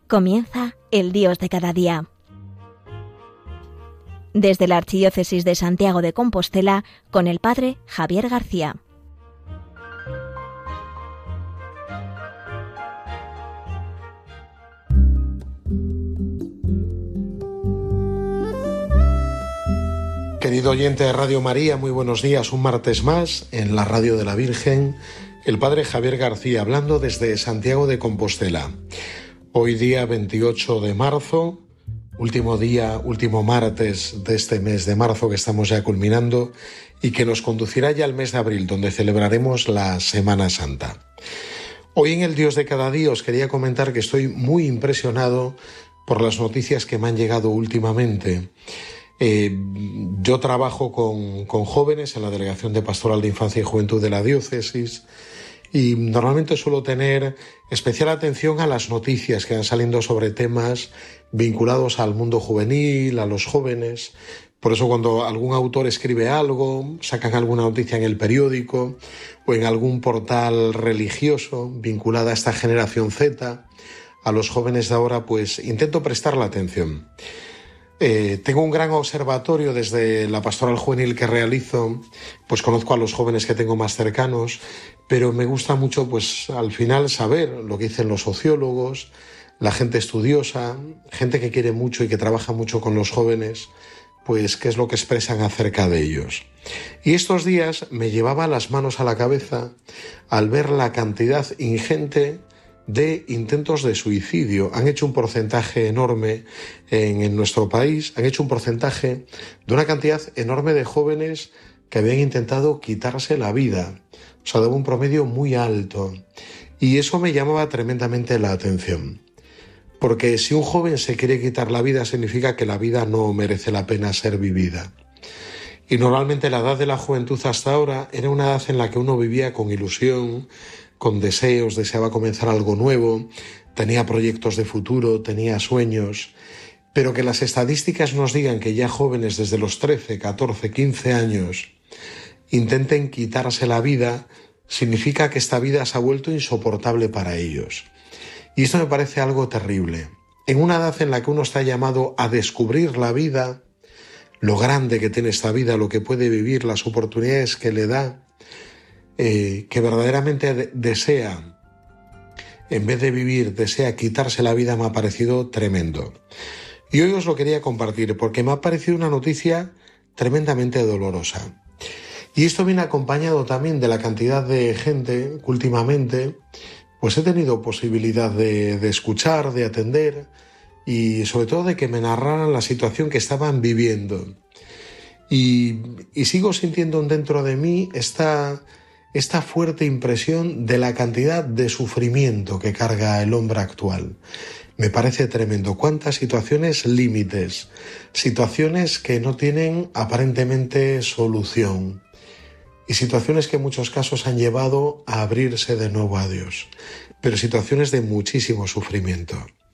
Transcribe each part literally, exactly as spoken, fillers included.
Comienza el Dios de cada día. Desde la Archidiócesis de Santiago de Compostela, con el Padre Javier García. Querido oyente de Radio María, muy buenos días. Un martes más en la Radio de la Virgen, el Padre Javier García, hablando desde Santiago de Compostela. Hoy día veintiocho de marzo, último día, último martes de este mes de marzo que estamos ya culminando y que nos conducirá ya al mes de abril, donde celebraremos la Semana Santa. Hoy en el Dios de cada día os quería comentar que estoy muy impresionado por las noticias que me han llegado últimamente. Eh, yo trabajo con, con jóvenes en la Delegación de Pastoral de Infancia y Juventud de la Diócesis y normalmente suelo tener especial atención a las noticias que van saliendo sobre temas vinculados al mundo juvenil, a los jóvenes. Por eso cuando algún autor escribe algo, sacan alguna noticia en el periódico o en algún portal religioso vinculada a esta generación Z, a los jóvenes de ahora, pues intento prestarle atención. Eh, tengo un gran observatorio desde la pastoral juvenil que realizo, pues conozco a los jóvenes que tengo más cercanos, pero me gusta mucho pues al final saber lo que dicen los sociólogos, la gente estudiosa, gente que quiere mucho y que trabaja mucho con los jóvenes, pues qué es lo que expresan acerca de ellos. Y estos días me llevaba las manos a la cabeza al ver la cantidad ingente de intentos de suicidio. Han hecho un porcentaje enorme en, en nuestro país, han hecho un porcentaje de una cantidad enorme de jóvenes que habían intentado quitarse la vida. O sea, de un promedio muy alto. Y eso me llamaba tremendamente la atención. Porque si un joven se quiere quitar la vida, significa que la vida no merece la pena ser vivida. Y normalmente la edad de la juventud hasta ahora era una edad en la que uno vivía con ilusión, con deseos, deseaba comenzar algo nuevo, tenía proyectos de futuro, tenía sueños, pero que las estadísticas nos digan que ya jóvenes desde los trece, catorce, quince años intenten quitarse la vida, significa que esta vida se ha vuelto insoportable para ellos. Y esto me parece algo terrible. En una edad en la que uno está llamado a descubrir la vida, lo grande que tiene esta vida, lo que puede vivir, las oportunidades que le da, Eh, que verdaderamente de- desea, en vez de vivir, desea quitarse la vida, me ha parecido tremendo. Y hoy os lo quería compartir porque me ha parecido una noticia tremendamente dolorosa. Y esto viene acompañado también de la cantidad de gente que últimamente pues he tenido posibilidad de, de escuchar, de atender y sobre todo de que me narraran la situación que estaban viviendo. Y, y sigo sintiendo dentro de mí esta... esta fuerte impresión de la cantidad de sufrimiento que carga el hombre actual. Me parece tremendo. Cuántas situaciones límites, situaciones que no tienen aparentemente solución y situaciones que en muchos casos han llevado a abrirse de nuevo a Dios, pero situaciones de muchísimo sufrimiento.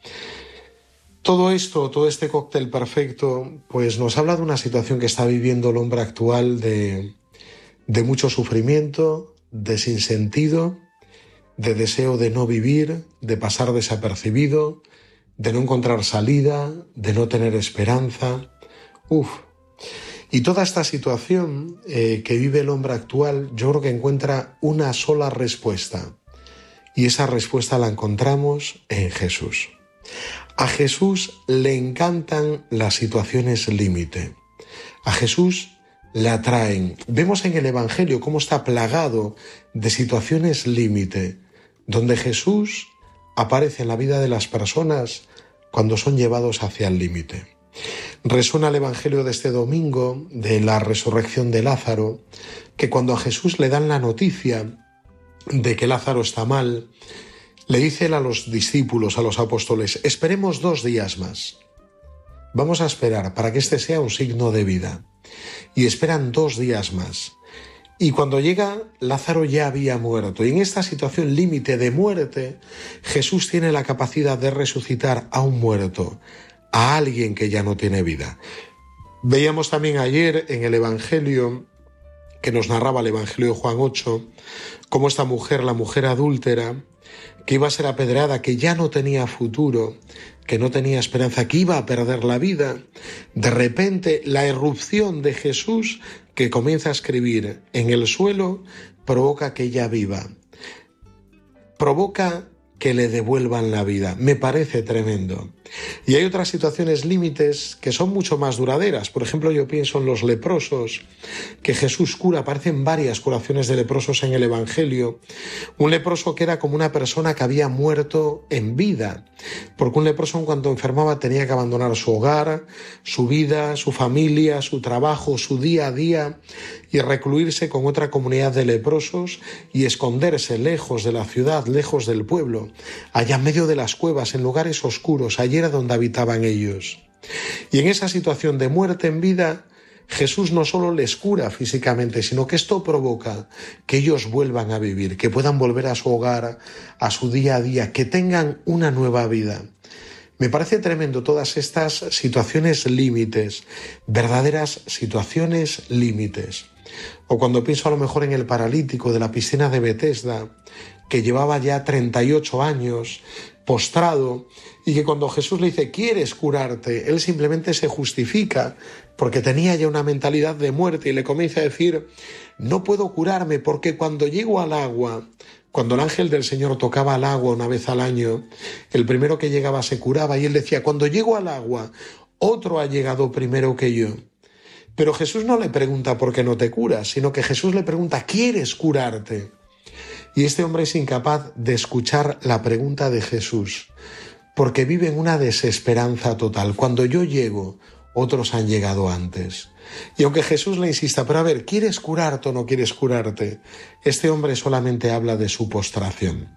Todo esto, todo este cóctel perfecto, pues nos habla de una situación que está viviendo el hombre actual de... de mucho sufrimiento, de sinsentido, de deseo de no vivir, de pasar desapercibido, de no encontrar salida, de no tener esperanza. Uf. Y toda esta situación eh, que vive el hombre actual, yo creo que encuentra una sola respuesta. Y esa respuesta la encontramos en Jesús. A Jesús le encantan las situaciones límite. A Jesús le atraen. Vemos en el Evangelio cómo está plagado de situaciones límite, donde Jesús aparece en la vida de las personas cuando son llevados hacia el límite. Resuena el Evangelio de este domingo de la resurrección de Lázaro, que cuando a Jesús le dan la noticia de que Lázaro está mal, le dice él a los discípulos, a los apóstoles: esperemos dos días más. Vamos a esperar para que este sea un signo de vida. Y esperan dos días más. Y cuando llega, Lázaro ya había muerto. Y en esta situación límite de muerte, Jesús tiene la capacidad de resucitar a un muerto, a alguien que ya no tiene vida. Veíamos también ayer en el Evangelio que nos narraba el Evangelio de Juan ocho, cómo esta mujer, la mujer adúltera, que iba a ser apedreada, que ya no tenía futuro, que no tenía esperanza, que iba a perder la vida, de repente la irrupción de Jesús, que comienza a escribir en el suelo, provoca que ella viva, provoca que le devuelvan la vida. Me parece tremendo. Y hay otras situaciones límites que son mucho más duraderas. Por ejemplo, yo pienso en los leprosos que Jesús cura. Aparecen varias curaciones de leprosos en el Evangelio. Un leproso que era como una persona que había muerto en vida, porque un leproso en cuanto enfermaba tenía que abandonar su hogar, su vida, su familia, su trabajo, su día a día, y recluirse con otra comunidad de leprosos y esconderse lejos de la ciudad, lejos del pueblo, allá en medio de las cuevas, en lugares oscuros. Allí era donde habitaban ellos. Y en esa situación de muerte en vida, Jesús no solo les cura físicamente, sino que esto provoca que ellos vuelvan a vivir, que puedan volver a su hogar, a su día a día, que tengan una nueva vida. Me parece tremendo todas estas situaciones límites, verdaderas situaciones límites. O cuando pienso a lo mejor en el paralítico de la piscina de Betesda, que llevaba ya treinta y ocho años postrado, y que cuando Jesús le dice ¿quieres curarte?, él simplemente se justifica porque tenía ya una mentalidad de muerte y le comienza a decir no puedo curarme porque cuando llego al agua, cuando el ángel del Señor tocaba al agua una vez al año, el primero que llegaba se curaba, y él decía cuando llego al agua otro ha llegado primero que yo. Pero Jesús no le pregunta por qué no te curas, sino que Jesús le pregunta ¿quieres curarte? Y este hombre es incapaz de escuchar la pregunta de Jesús, porque vive en una desesperanza total. Cuando yo llego, otros han llegado antes. Y aunque Jesús le insista, pero a ver, ¿quieres curarte o no quieres curarte?, este hombre solamente habla de su postración.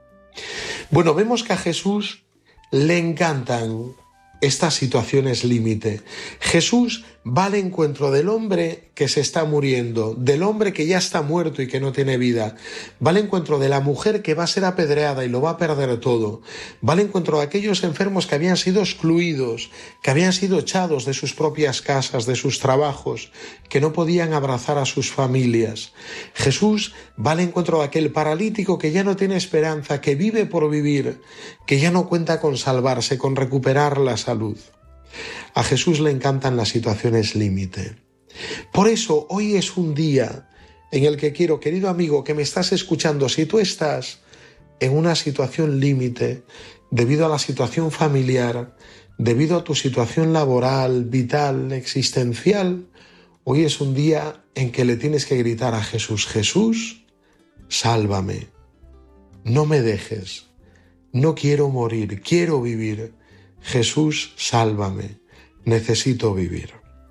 Bueno, vemos que a Jesús le encantan estas situaciones límite. Jesús va al encuentro del hombre que se está muriendo, del hombre que ya está muerto y que no tiene vida. Va al encuentro de la mujer que va a ser apedreada y lo va a perder todo. Va al encuentro de aquellos enfermos que habían sido excluidos, que habían sido echados de sus propias casas, de sus trabajos, que no podían abrazar a sus familias. Jesús va al encuentro de aquel paralítico que ya no tiene esperanza, que vive por vivir, que ya no cuenta con salvarse, con recuperar la salud. A Jesús le encantan las situaciones límite. Por eso hoy es un día en el que quiero, querido amigo que me estás escuchando, si tú estás en una situación límite debido a la situación familiar, debido a tu situación laboral, vital, existencial, hoy es un día en que le tienes que gritar a Jesús: Jesús, sálvame, no me dejes, no quiero morir, quiero vivir. Jesús, sálvame, necesito vivir.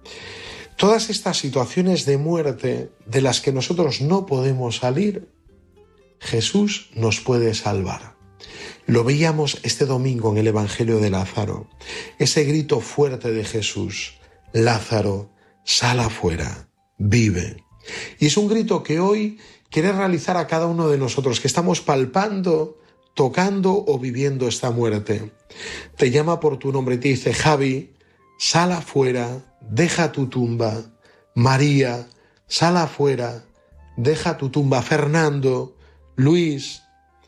Todas estas situaciones de muerte de las que nosotros no podemos salir, Jesús nos puede salvar. Lo veíamos este domingo en el Evangelio de Lázaro, ese grito fuerte de Jesús: Lázaro, sal afuera, vive. Y es un grito que hoy quiere realizar a cada uno de nosotros que estamos palpando, tocando o viviendo esta muerte. Te llama por tu nombre y te dice: Javi, sal afuera, deja tu tumba. María, sal afuera, deja tu tumba. Fernando, Luis,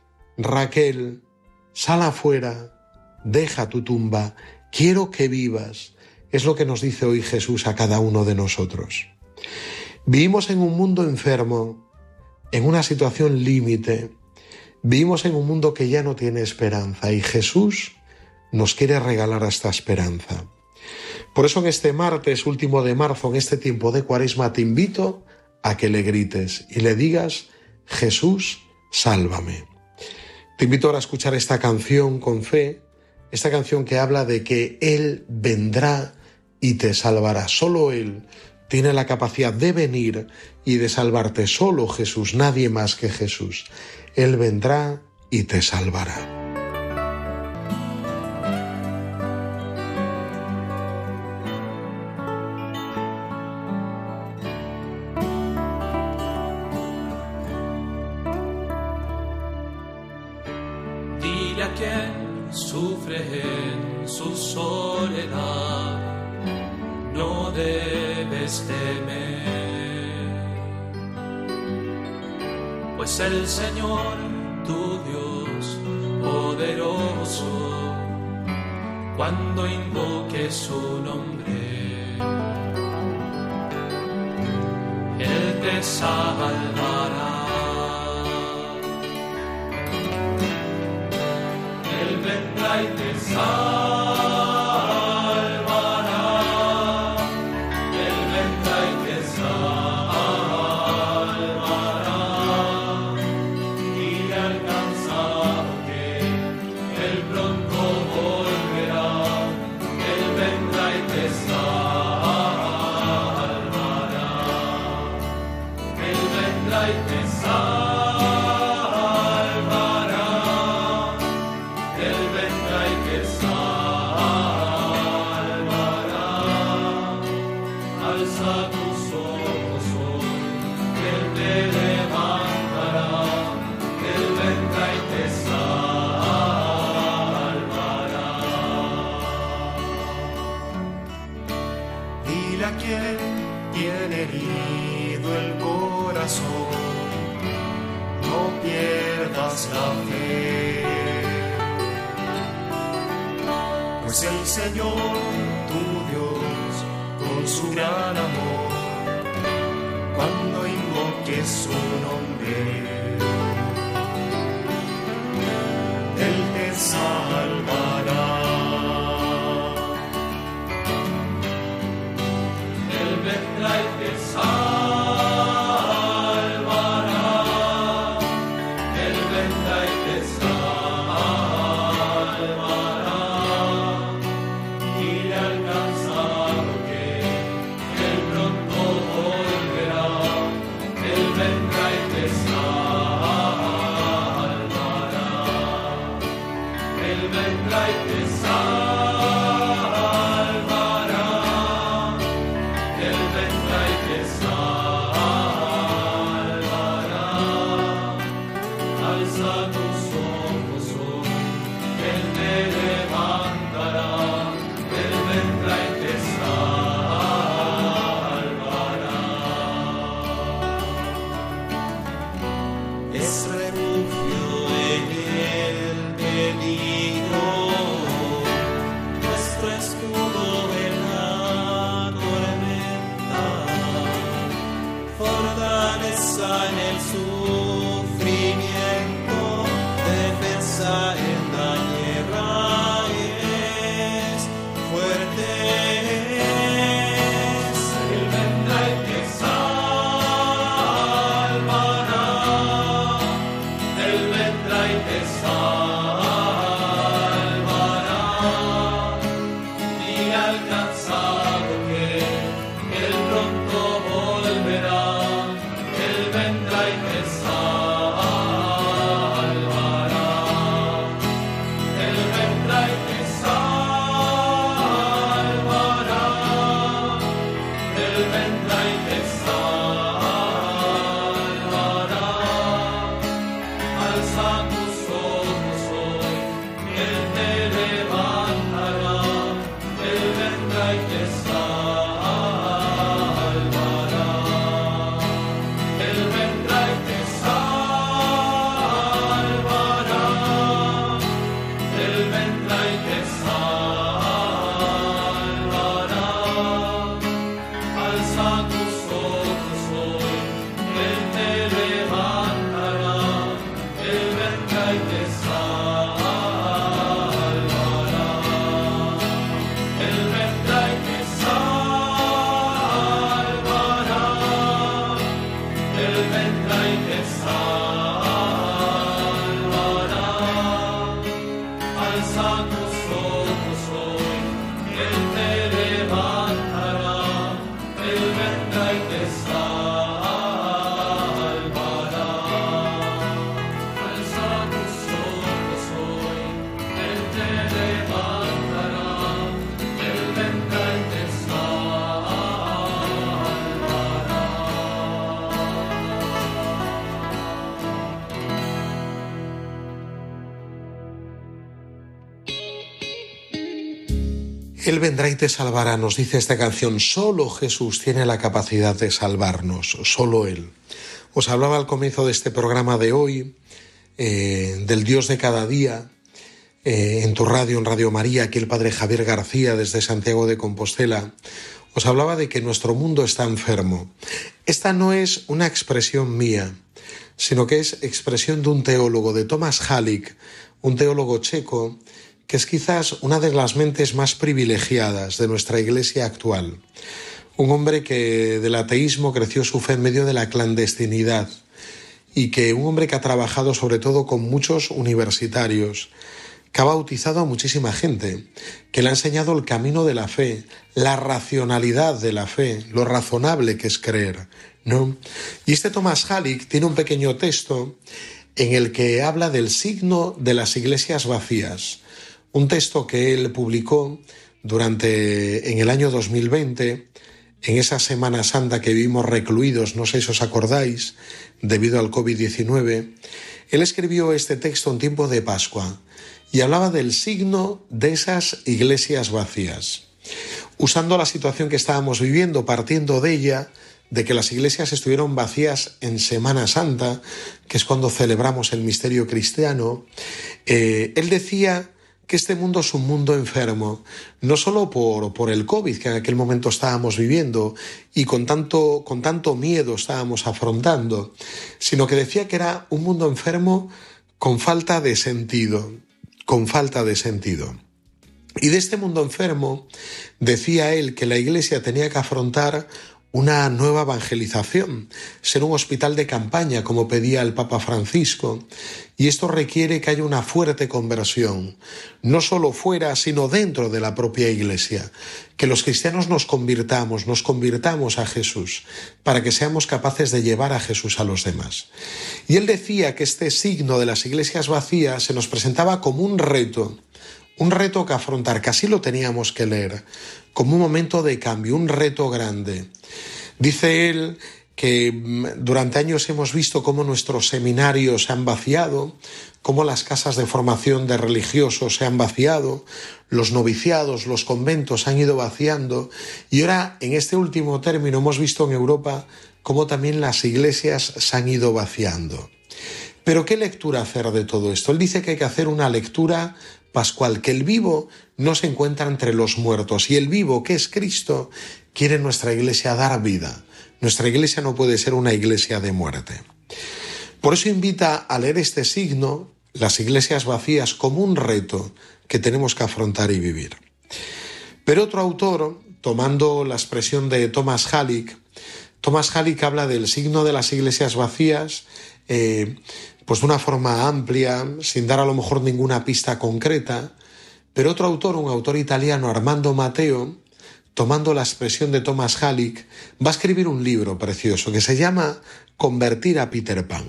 Raquel, sal afuera, deja tu tumba. Quiero que vivas. Es lo que nos dice hoy Jesús a cada uno de nosotros. Vivimos en un mundo enfermo, en una situación límite. Vivimos en un mundo que ya no tiene esperanza y Jesús nos quiere regalar esta esperanza. Por eso en este martes último de marzo, en este tiempo de Cuaresma, te invito a que le grites y le digas: Jesús, sálvame. Te invito ahora a escuchar esta canción con fe, esta canción que habla de que Él vendrá y te salvará. Solo Él tiene la capacidad de venir y de salvarte. Solo Jesús, nadie más que Jesús. Él vendrá y te salvará. Dile a quien sufre en su soledad, no debes temer. pues el Señor, tu Dios poderoso, cuando invoques su nombre, Él te salvará. Él vendrá y te salvará. Él vendrá y te salvará. Dile al cansado que Él pronto volverá. Él vendrá y te salvará. Él vendrá y te salvará. La fe, pues el Señor, tu Dios, con su gran amor, cuando invoques su nombre, Él te salvará. Él vendrá y te salvará. Él vendrá y te salvará, nos dice esta canción. Solo Jesús tiene la capacidad de salvarnos, solo Él. Os hablaba al comienzo de este programa de hoy, eh, del Dios de cada día, eh, en tu radio, en Radio María, aquí el Padre Javier García desde Santiago de Compostela. Os hablaba de que nuestro mundo está enfermo. Esta no es una expresión mía, sino que es expresión de un teólogo, de Thomas Halik, un teólogo checo, que es quizás una de las mentes más privilegiadas de nuestra Iglesia actual. Un hombre que del ateísmo creció su fe en medio de la clandestinidad y que un hombre que ha trabajado sobre todo con muchos universitarios, que ha bautizado a muchísima gente, que le ha enseñado el camino de la fe, la racionalidad de la fe, lo razonable que es creer, ¿no? Y este Thomas Halik tiene un pequeño texto en el que habla del signo de las iglesias vacías, un texto que él publicó durante en el año dos mil veinte, en esa Semana Santa que vivimos recluidos, no sé si os acordáis, debido al covid diecinueve, él escribió este texto en tiempo de Pascua y hablaba del signo de esas iglesias vacías, usando la situación que estábamos viviendo, partiendo de ella, de que las iglesias estuvieron vacías en Semana Santa, que es cuando celebramos el misterio cristiano. Eh, él decía que este mundo es un mundo enfermo, no solo por, por el COVID que en aquel momento estábamos viviendo y con tanto, con tanto miedo estábamos afrontando, sino que decía que era un mundo enfermo con falta de sentido, con falta de sentido. Y de este mundo enfermo decía él que la Iglesia tenía que afrontar una nueva evangelización, ser un hospital de campaña como pedía el Papa Francisco, y esto requiere que haya una fuerte conversión, no solo fuera sino dentro de la propia Iglesia, que los cristianos nos convirtamos, nos convirtamos a Jesús, para que seamos capaces de llevar a Jesús a los demás. Y él decía que este signo de las iglesias vacías se nos presentaba como un reto, un reto que afrontar, que así lo teníamos que leer, como un momento de cambio, un reto grande. Dice él que durante años hemos visto cómo nuestros seminarios se han vaciado, cómo las casas de formación de religiosos se han vaciado, los noviciados, los conventos se han ido vaciando, y ahora en este último término hemos visto en Europa cómo también las iglesias se han ido vaciando. Pero ¿qué lectura hacer de todo esto? Él dice que hay que hacer una lectura pascual, que el vivo no se encuentra entre los muertos y el vivo, que es Cristo, quiere en nuestra iglesia dar vida. Nuestra iglesia no puede ser una iglesia de muerte. Por eso invita a leer este signo, las iglesias vacías, como un reto que tenemos que afrontar y vivir. Pero otro autor, tomando la expresión de Thomas Halik, Thomas Halik habla del signo de las iglesias vacías, eh, pues de una forma amplia, sin dar a lo mejor ninguna pista concreta, pero otro autor, un autor italiano, Armando Matteo, tomando la expresión de Thomas Halik, va a escribir un libro precioso que se llama Convertir a Peter Pan.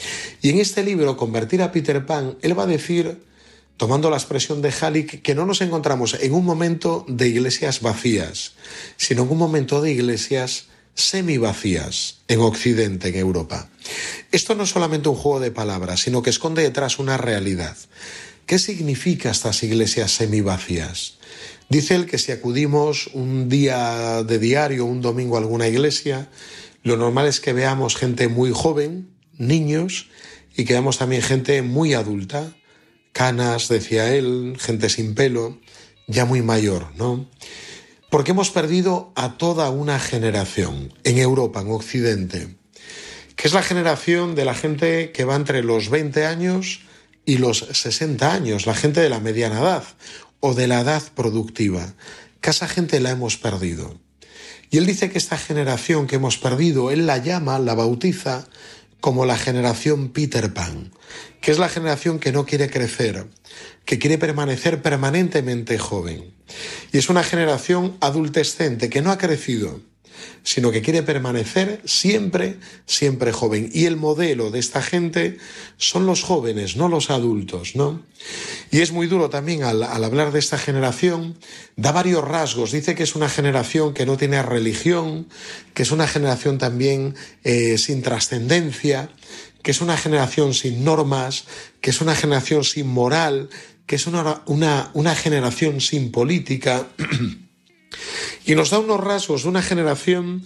Y en este libro, Convertir a Peter Pan, él va a decir, tomando la expresión de Halik, que no nos encontramos en un momento de iglesias vacías, sino en un momento de iglesias semivacías en Occidente, en Europa. Esto no es solamente un juego de palabras, sino que esconde detrás una realidad. ¿Qué significa estas iglesias semivacías? Dice él que si acudimos un día de diario, un domingo a alguna iglesia, lo normal es que veamos gente muy joven, niños, y que veamos también gente muy adulta, canas, decía él, gente sin pelo, ya muy mayor, ¿no? Porque hemos perdido a toda una generación en Europa, en Occidente, que es la generación de la gente que va entre los veinte años y los sesenta años, la gente de la mediana edad o de la edad productiva, que esa gente la hemos perdido. Y él dice que esta generación que hemos perdido, él la llama, la bautiza como la generación Peter Pan, que es la generación que no quiere crecer, que quiere permanecer permanentemente joven. Y es una generación adultescente que no ha crecido, sino que quiere permanecer siempre, siempre joven. Y el modelo de esta gente son los jóvenes, no los adultos, ¿no? Y es muy duro también al, al hablar de esta generación, da varios rasgos. Dice que es una generación que no tiene religión, que es una generación también eh, sin trascendencia, que es una generación sin normas, que es una generación sin moral, que es una, una, una generación sin política. Y nos da unos rasgos de una generación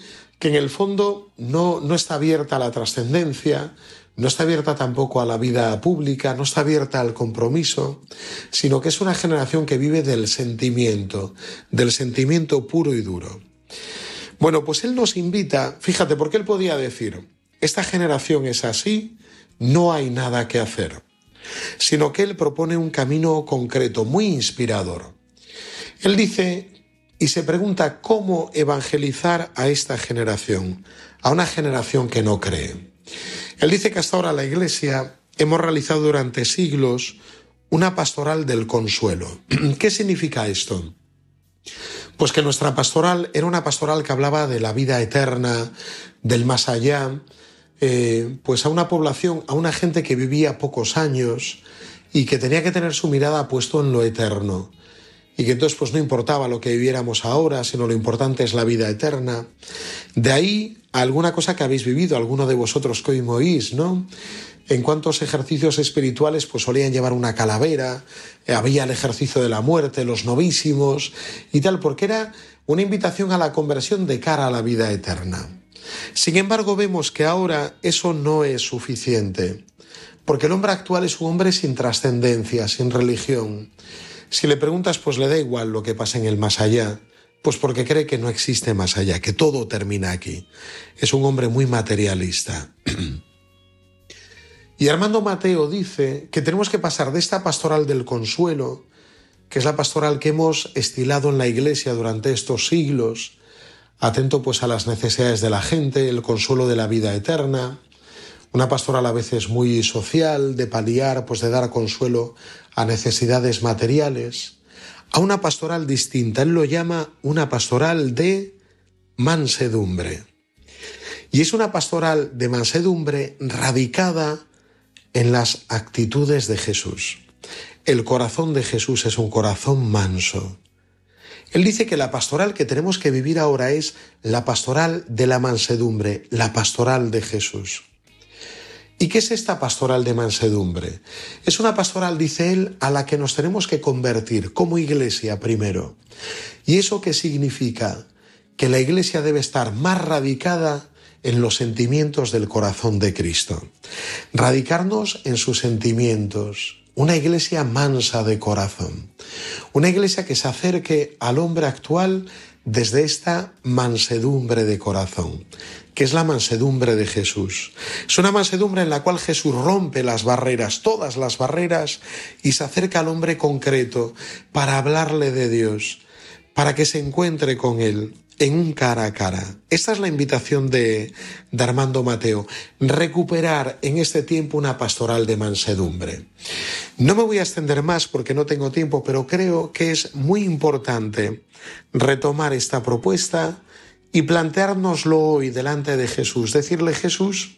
que en el fondo no, no está abierta a la trascendencia, no está abierta tampoco a la vida pública, no está abierta al compromiso, sino que es una generación que vive del sentimiento, del sentimiento puro y duro. Bueno, pues él nos invita, fíjate, porque él podía decir, esta generación es así, no hay nada que hacer, sino que él propone un camino concreto, muy inspirador. Él dice y se pregunta cómo evangelizar a esta generación, a una generación que no cree. Él dice que hasta ahora la Iglesia hemos realizado durante siglos una pastoral del consuelo. ¿Qué significa esto? Pues que nuestra pastoral era una pastoral que hablaba de la vida eterna, del más allá, eh, pues a una población, a una gente que vivía pocos años y que tenía que tener su mirada puesto en lo eterno. Y que entonces pues no importaba lo que viviéramos ahora, sino lo importante es la vida eterna. De ahí a alguna cosa que habéis vivido, alguno de vosotros que hoy me oís, ¿no? En cuantos ejercicios espirituales pues solían llevar una calavera, eh, había el ejercicio de la muerte, los novísimos y tal, porque era una invitación a la conversión de cara a la vida eterna. Sin embargo, vemos que ahora eso no es suficiente, porque el hombre actual es un hombre sin trascendencia, sin religión. Si le preguntas, pues le da igual lo que pasa en el más allá, pues porque cree que no existe más allá, que todo termina aquí. Es un hombre muy materialista. Y Armando Mateo dice que tenemos que pasar de esta pastoral del consuelo, que es la pastoral que hemos estilado en la Iglesia durante estos siglos, atento pues a las necesidades de la gente, el consuelo de la vida eterna, una pastoral a veces muy social, de paliar, pues de dar consuelo a necesidades materiales, a una pastoral distinta. Él lo llama una pastoral de mansedumbre. Y es una pastoral de mansedumbre radicada en las actitudes de Jesús. El corazón de Jesús es un corazón manso. Él dice que la pastoral que tenemos que vivir ahora es la pastoral de la mansedumbre, la pastoral de Jesús. ¿Y qué es esta pastoral de mansedumbre? Es una pastoral, dice él, a la que nos tenemos que convertir como Iglesia primero. ¿Y eso qué significa? Que la Iglesia debe estar más radicada en los sentimientos del corazón de Cristo. Radicarnos en sus sentimientos. Una Iglesia mansa de corazón. Una Iglesia que se acerque al hombre actual desde esta mansedumbre de corazón, que es la mansedumbre de Jesús. Es una mansedumbre en la cual Jesús rompe las barreras, todas las barreras, y se acerca al hombre concreto para hablarle de Dios, para que se encuentre con él en un cara a cara. Esta es la invitación de, de Armando Mateo, recuperar en este tiempo una pastoral de mansedumbre. No me voy a extender más porque no tengo tiempo, pero creo que es muy importante retomar esta propuesta y planteárnoslo hoy delante de Jesús. Decirle, Jesús,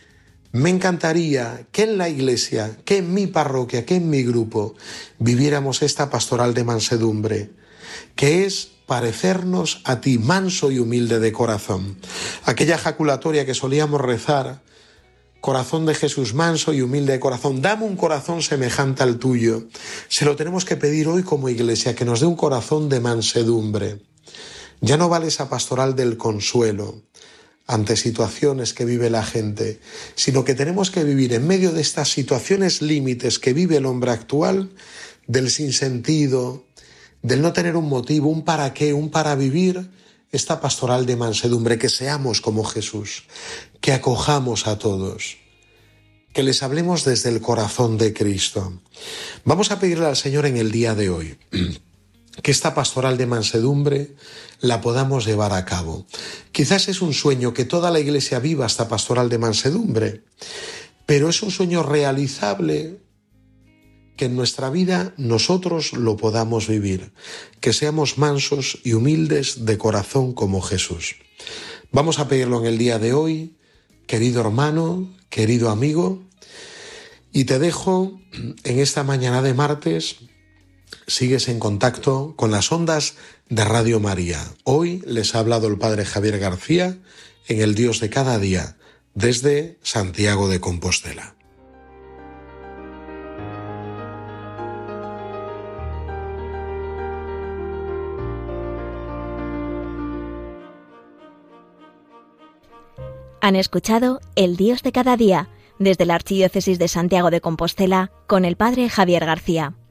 me encantaría que en la Iglesia, que en mi parroquia, que en mi grupo viviéramos esta pastoral de mansedumbre, que es parecernos a ti, manso y humilde de corazón. Aquella ejaculatoria que solíamos rezar, corazón de Jesús, manso y humilde de corazón, dame un corazón semejante al tuyo. Se lo tenemos que pedir hoy como Iglesia, que nos dé un corazón de mansedumbre. Ya no vale esa pastoral del consuelo ante situaciones que vive la gente, sino que tenemos que vivir en medio de estas situaciones límites que vive el hombre actual, del sinsentido, del no tener un motivo, un para qué, un para vivir, esta pastoral de mansedumbre, que seamos como Jesús, que acojamos a todos, que les hablemos desde el corazón de Cristo. Vamos a pedirle al Señor en el día de hoy que esta pastoral de mansedumbre la podamos llevar a cabo. Quizás es un sueño que toda la Iglesia viva esta pastoral de mansedumbre, pero es un sueño realizable que en nuestra vida nosotros lo podamos vivir, que seamos mansos y humildes de corazón como Jesús. Vamos a pedirlo en el día de hoy, querido hermano, querido amigo, y te dejo en esta mañana de martes. Sigues en contacto con las ondas de Radio María. Hoy les ha hablado el Padre Javier García en El Dios de cada día, desde Santiago de Compostela. Han escuchado El Dios de cada día, desde la Archidiócesis de Santiago de Compostela, con el Padre Javier García.